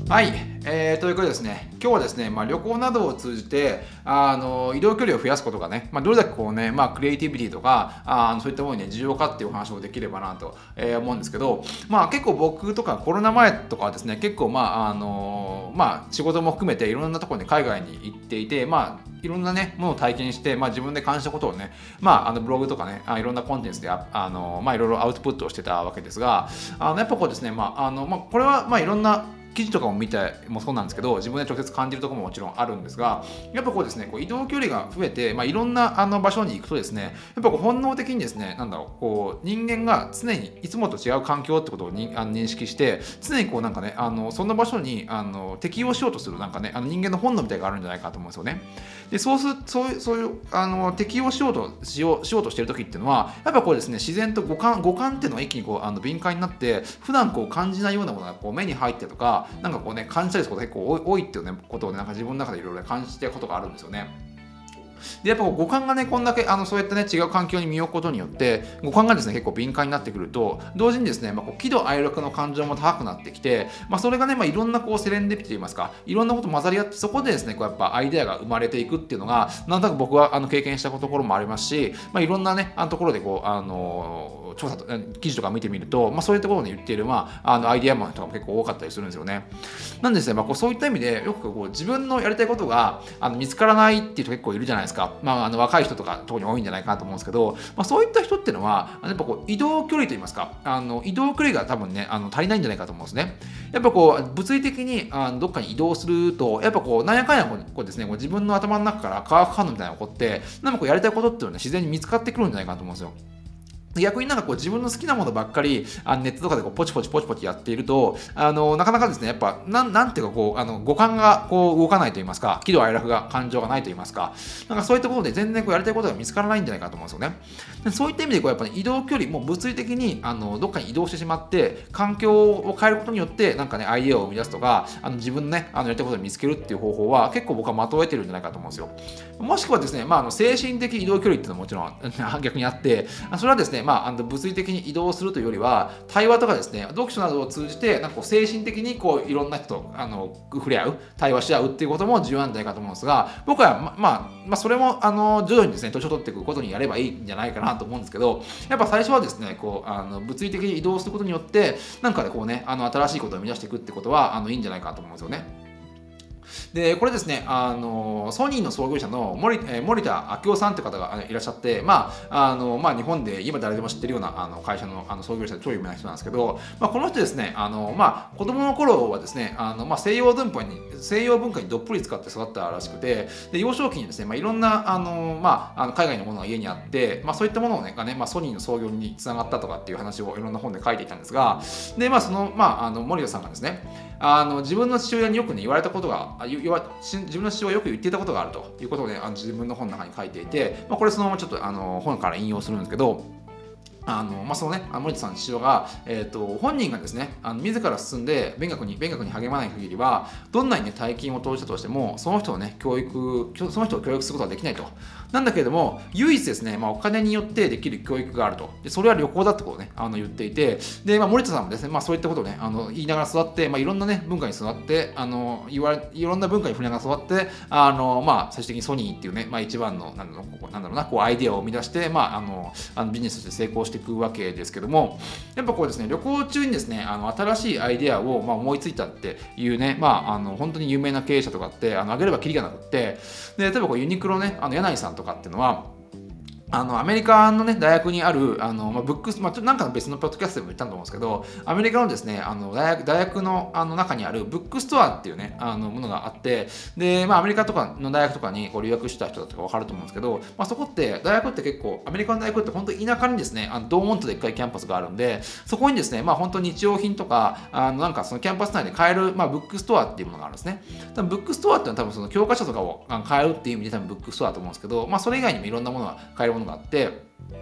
はい、ということでですね、今日はですね、旅行などを通じて、移動距離を増やすことがね、どれだけこうね、クリエイティビティとか、そういったものにね、重要かっていうお話をできればなと、思うんですけど、結構僕とかコロナ前とかはですね、結構仕事も含めていろんなところに海外に行っていて、いろんなね、ものを体験して、自分で感じたことをね、ブログとかね、いろんなコンテンツで、いろいろアウトプットをしてたわけですが、やっぱこうですね、これは、いろんな記事とかも見てもそうなんですけど、自分で直接感じるところももちろんあるんですが、やっぱこうですね、こう移動距離が増えて、いろんな場所に行くとですね、やっぱこう本能的にですね、こう人間が常にいつもと違う環境ってことを認識して、常にこうなんかね、その場所に適応しようとするなんかね、人間の本能みたいなのがあるんじゃないかと思うんですよね。で、そういう適応しようとしている時っていうのは、やっぱこうですね、自然と五感っていうのが一気にこう敏感になって、普段こう感じないようなものがこう目に入ってとか、なんかこうね、感じたりすることが結構多いっていうね、ことをね、なんか自分の中でいろいろ感じてることがあるんですよね。で、やっぱ五感がね、こんだけそうやってね、違う環境に身を置くことによって、五感がですね、結構敏感になってくると、同時にですね、こう喜怒哀楽の感情も高くなってきて、それがね、いろんなこうセレンディピティといいますか、いろんなこと混ざり合って、そこでですね、こうやっぱアイデアが生まれていくっていうのが、なんとなく僕は経験したところもありますし、いろんなね、ところでこう、調査と記事とか見てみると、そういったことを、ね、言っている、アイデアマンとかも結構多かったりするんですよね。なんですね、こうそういった意味でよくこう自分のやりたいことが見つからないっていう人結構いるじゃないですか。若い人とか特に多いんじゃないかなと思うんですけど、そういった人っていうのはやっぱこう移動距離といいますか、移動距離が多分ね足りないんじゃないかと思うんですね。やっぱこう物理的にどっかに移動するとやっぱこうなんやかんやこうですね、こう自分の頭の中から化学反応みたいなのが起こって、なんかこうやりたいことっていうのは、ね、自然に見つかってくるんじゃないかなと思うんですよ。逆になんかこう自分の好きなものばっかりネットとかでこうポチポチやっているとなかなかですね、やっぱなんていうかこう五感がこう動かないと言いますか、喜怒哀楽が感情がないと言いますか、なんかそういったことで全然こうやりたいことが見つからないんじゃないかと思うんですよね。でそういった意味でこうやっぱり、移動距離も物理的にどっかに移動してしまって環境を変えることによってなんかねアイデアを生み出すとか自分のねやりたいことを見つけるっていう方法は結構僕は的を得てるんじゃないかと思うんですよ。もしくはですね、精神的移動距離っていうのはもちろん逆にあって、それはですね、物理的に移動するというよりは、対話とかですね、読書などを通じて、なんかこう精神的にこういろんな人と触れ合う、対話し合うっていうことも重要なんじゃないかと思うんですが、僕はそれも徐々にですね、年を取っていくことにやればいいんじゃないかなと思うんですけど、やっぱ最初はですね、こう物理的に移動することによって、なんかね、こうね、新しいことを生み出していくってことはいいんじゃないかと思うんですよね。で、これですね、ソニーの創業者の森田明夫さんという方がいらっしゃって、日本で今誰でも知ってるような会社の創業者で超有名な人なんですけど、この人ですね、子供の頃はですね、西洋文化にどっぷり使って育ったらしくて、で幼少期にですね、いろんな海外のものが家にあって、そういったものがね、ソニーの創業につながったとかっていう話をいろんな本で書いていたんですが、で、森田さんがですね、自分の父親によくね言われたことが自分の父親はよく言っていたことがあるということをね自分の本の中に書いていて、これそのままちょっと本から引用するんですけど、そのね、森田さんの父親が、本人がですね、自ら進んで勉学に励まない限りは、どんなにね、大金を投じたとしても、その人を教育することはできないと。なんだけれども、唯一ですね、お金によってできる教育があると。でそれは旅行だってことをね、言っていて、で、森田さんもですね、そういったことをね、言いながら育って、いろんなね、文化に育って、いろんな文化に触れながら育って、最終的にソニーっていうね、一番の、なんだろうな、こうアイデアを生み出して、ビジネスとして成功していくわけですけども、やっぱこうですね、旅行中にですね、新しいアイデアを思いついたっていうね、本当に有名な経営者とかって挙げればキリがなくって、で例えばこうユニクロね、柳井さんとかっていうのはアメリカのね、大学にある、ブックス、なんかの別のポッドキャストでも言ったと思うんですけど、アメリカのですね、大学の中にあるブックストアっていうね、ものがあって、で、アメリカとかの大学とかにこう留学した人だとか分かると思うんですけど、そこって、大学って結構、アメリカの大学って本当に田舎にですね、ドーンとでっかいキャンパスがあるんで、そこにですね、本当に日用品とか、なんかそのキャンパス内で買える、ブックストアっていうものがあるんですね。多分ブックストアっていうのは多分その教科書とかを買えるっていう意味で多分ブックストアだと思うんですけど、それ以外にもいろんなものが買えるものがあって、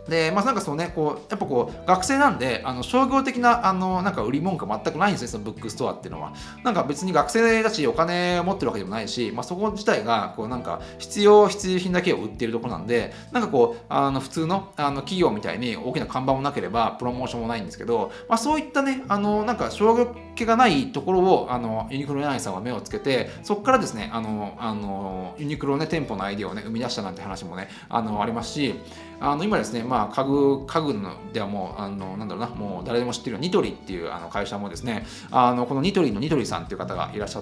で、なんかそのね、やっぱ学生なんで、商業的な、なんか売り文句は全くないんですね、そのブックストアっていうのは。なんか別に学生だし、お金を持ってるわけでもないし、そこ自体が、なんか必需品だけを売っているところなんで、なんか普通の、企業みたいに大きな看板もなければ、プロモーションもないんですけど、そういったね、なんか商業系がないところを、ユニクロ柳井さんは目をつけて、そこからですね、ユニクロね、店舗のアイデアをね、生み出したなんて話もね、ありますし、今ですね、家具のではもう、なんだろうな、もう誰でも知ってるニトリっていう会社もですね、このニトリのニトリさんっていう方がいらっしゃって、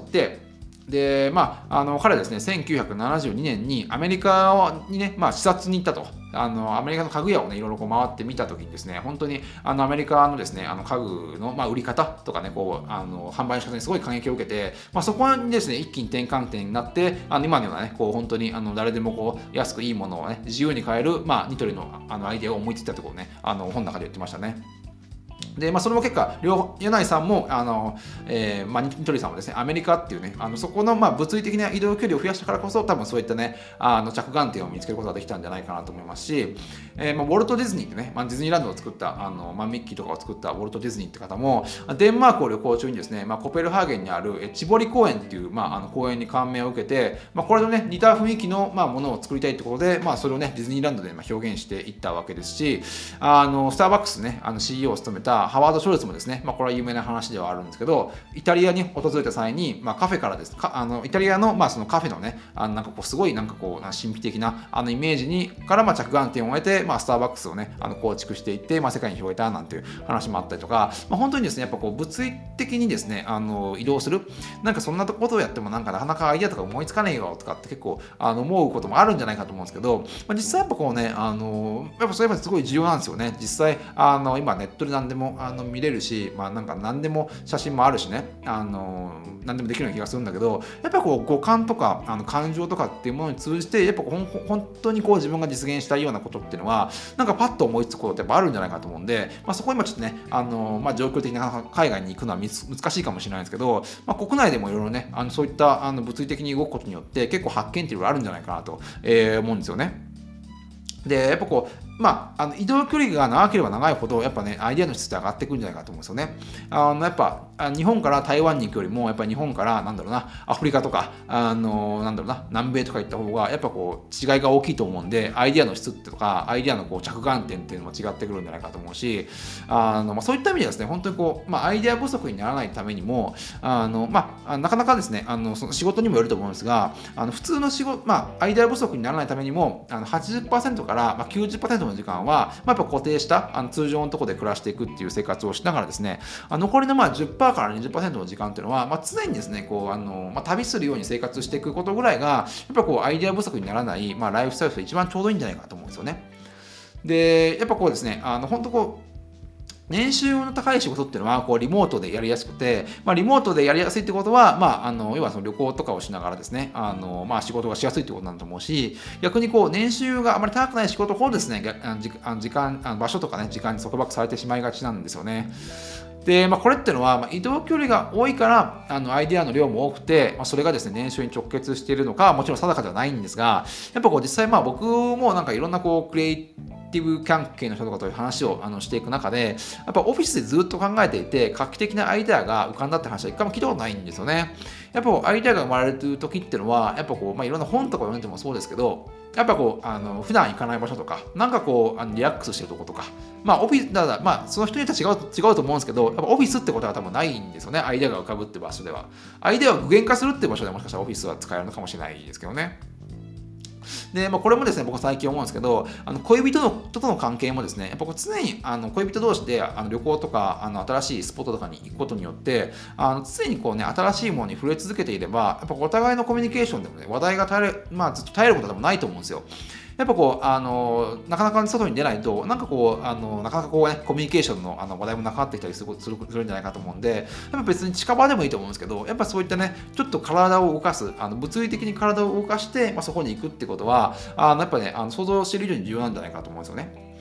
で、彼はですね、1972年にアメリカにね、視察に行ったと。アメリカの家具屋をね、いろいろ回ってみたときにですね、本当にアメリカのですね、家具の、売り方とかね、販売の仕方にすごい感激を受けて、そこにですね、一気に転換点になって、今のようなね、本当に誰でも安くいいものをね、自由に買える、ニトリのアイデアを思いついたところをね、本の中で言ってましたね。で、それも結果、柳井さんも、ニトリさんもですね、アメリカっていうね、そこの、物理的な移動距離を増やしたからこそ、多分そういったね、着眼点を見つけることができたんじゃないかなと思いますし、ウォルト・ディズニーってね、ディズニーランドを作った、ミッキーとかを作ったウォルト・ディズニーって方も、デンマークを旅行中にですね、コペルハーゲンにあるチボリ公園っていう、公園に感銘を受けて、これとね、似た雰囲気の、ものを作りたいってことで、それをね、ディズニーランドで表現していったわけですし、スターバックスね、CEO を務めたハワード・ショルツもですね、これは有名な話ではあるんですけど、イタリアに訪れた際に、カフェからですイタリアの、そのカフェのね、なんかすごいなんか神秘的なイメージにから着眼点を得て、スターバックスをね、構築していって、世界に広げたなんていう話もあったりとか、本当にですね、やっぱ物理的にですね、移動する、なんかそんなことをやってもなんかなかなかアイデアとか思いつかねえよとかって結構思うこともあるんじゃないかと思うんですけど、実際やっぱね、やっぱそれはすごい重要なんですよね。実際今ネットで何でも見れるし、なんか何でも写真もあるしね、何でもできるような気がするんだけど、やっぱ五感とか感情とかっていうものに通じて、やっぱ本当に自分が実現したいようなことっていうのは、なんかパッと思いつくことってやっぱあるんじゃないかと思うんで、そこ今ちょっとね、状況的な海外に行くのは難しいかもしれないですけど、国内でもいろいろね、そういった物理的に動くことによって結構発見っていうのがあるんじゃないかなと、思うんですよね。で、やっぱ移動距離が長ければ長いほど、やっぱね、アイデアの質って上がってくるんじゃないかと思うんですよね。やっぱ、日本から台湾に行くよりも、やっぱり日本から、アフリカとか、南米とか行った方が、やっぱ違いが大きいと思うんで、アイデアの質とか、アイデアの着眼点っていうのも違ってくるんじゃないかと思うし、そういった意味ではですね、本当にアイデア不足にならないためにも、なかなかですね、その仕事にもよると思うんですが、普通の仕事、アイデア不足にならないためにも、80% から、90% の時間は、やっぱ固定した通常のところで暮らしていくっていう生活をしながらですね、残りの10% から 20% の時間っていうのは、常にですね、旅するように生活していくことぐらいが、やっぱアイデア不足にならない、ライフスタイルと一番ちょうどいいんじゃないかと思うんですよね。で、やっぱですね、本当年収の高い仕事っていうのはリモートでやりやすくて、リモートでやりやすいってことは、要はその旅行とかをしながらですね、仕事がしやすいってことなんだと思うし、逆に年収があまり高くない仕事ほどですね、場所とかね、時間に束縛されてしまいがちなんですよね。で、これっていうのは、移動距離が多いから、アイデアの量も多くて、それがですね、年収に直結しているのか、もちろん定かではないんですが、やっぱ実際僕もなんかいろんなクリエイティブ関係の人とかという話をしていく中で、やっぱオフィスでずっと考えていて、画期的なアイデアが浮かんだって話は一回も聞いたことないんですよね。やっぱアイデアが生まれる時っていうのは、やっぱいろんな本とか読んでもそうですけど、やっぱ普段行かない場所とか、なんかリラックスしてるとことか、オフィスその人によっては違うと思うんですけど、やっぱオフィスってことは多分ないんですよね、アイデアが浮かぶって場所では。アイデアを具現化するって場所でもしかしたらオフィスは使えるのかもしれないですけどね。で、これもですね、僕最近思うんですけど、恋人との関係もですね、やっぱ常に恋人同士で旅行とか新しいスポットとかに行くことによって、常に新しいものに触れ続けていれば、やっぱお互いのコミュニケーションでもね、話題がずっと絶えることでもないと思うんですよ。やっぱなかなか外に出ないと、なんかなかなかコミュニケーションの話題もなくなってきたりするんじゃないかと思うんで、やっぱ別に近場でもいいと思うんですけど、やっぱそういったね、ちょっと体を動かす、物理的に体を動かして、そこに行くってことは、やっぱね、想像している以上に重要なんじゃないかと思うんですよね。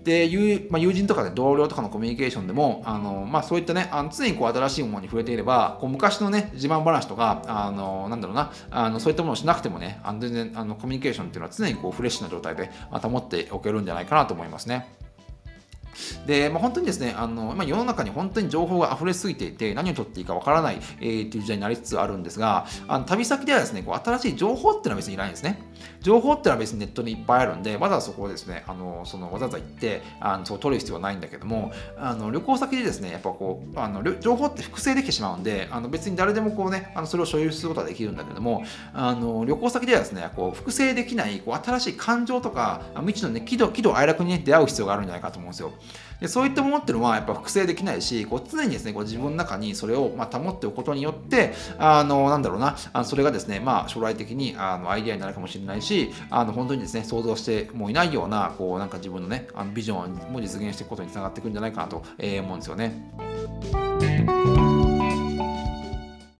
で、友人とかで同僚とかのコミュニケーションでも、そういったね、常にこう新しいものに触れていれば、こう昔のね、自慢話とか、なんだろうな、そういったものをしなくてもね、全然コミュニケーションっていうのは常にこうフレッシュな状態で、保っておけるんじゃないかなと思いますね。で、本当にですね、世の中に本当に情報が溢れすぎていて、何を取っていいかわからない、っていう時代になりつつあるんですが、旅先ではですね、こう新しい情報っていうのは別にいらないんですね。情報っていうのは別にネットにいっぱいあるんで、わざわざそこをですね、わざわざ行って、そう取る必要はないんだけども、旅行先でですね、やっぱこう、情報って複製できてしまうんで、別に誰でもこうね、それを所有することはできるんだけども、旅行先ではですね、こう複製できない、こう新しい感情とか、未知のね、喜怒哀楽に、ね、出会う必要があるんじゃないかと思うんですよ。でそういったものっていうのはやっぱ複製できないし、こう常にですね、こう自分の中にそれを保っておくことによって、なんだろうな、それがですね、将来的にアイデアになるかもしれないし、本当にですね、想像してもいないような、こうなんか自分のね、ビジョンも実現していくことにつながっていくんじゃないかなと思うんですよね。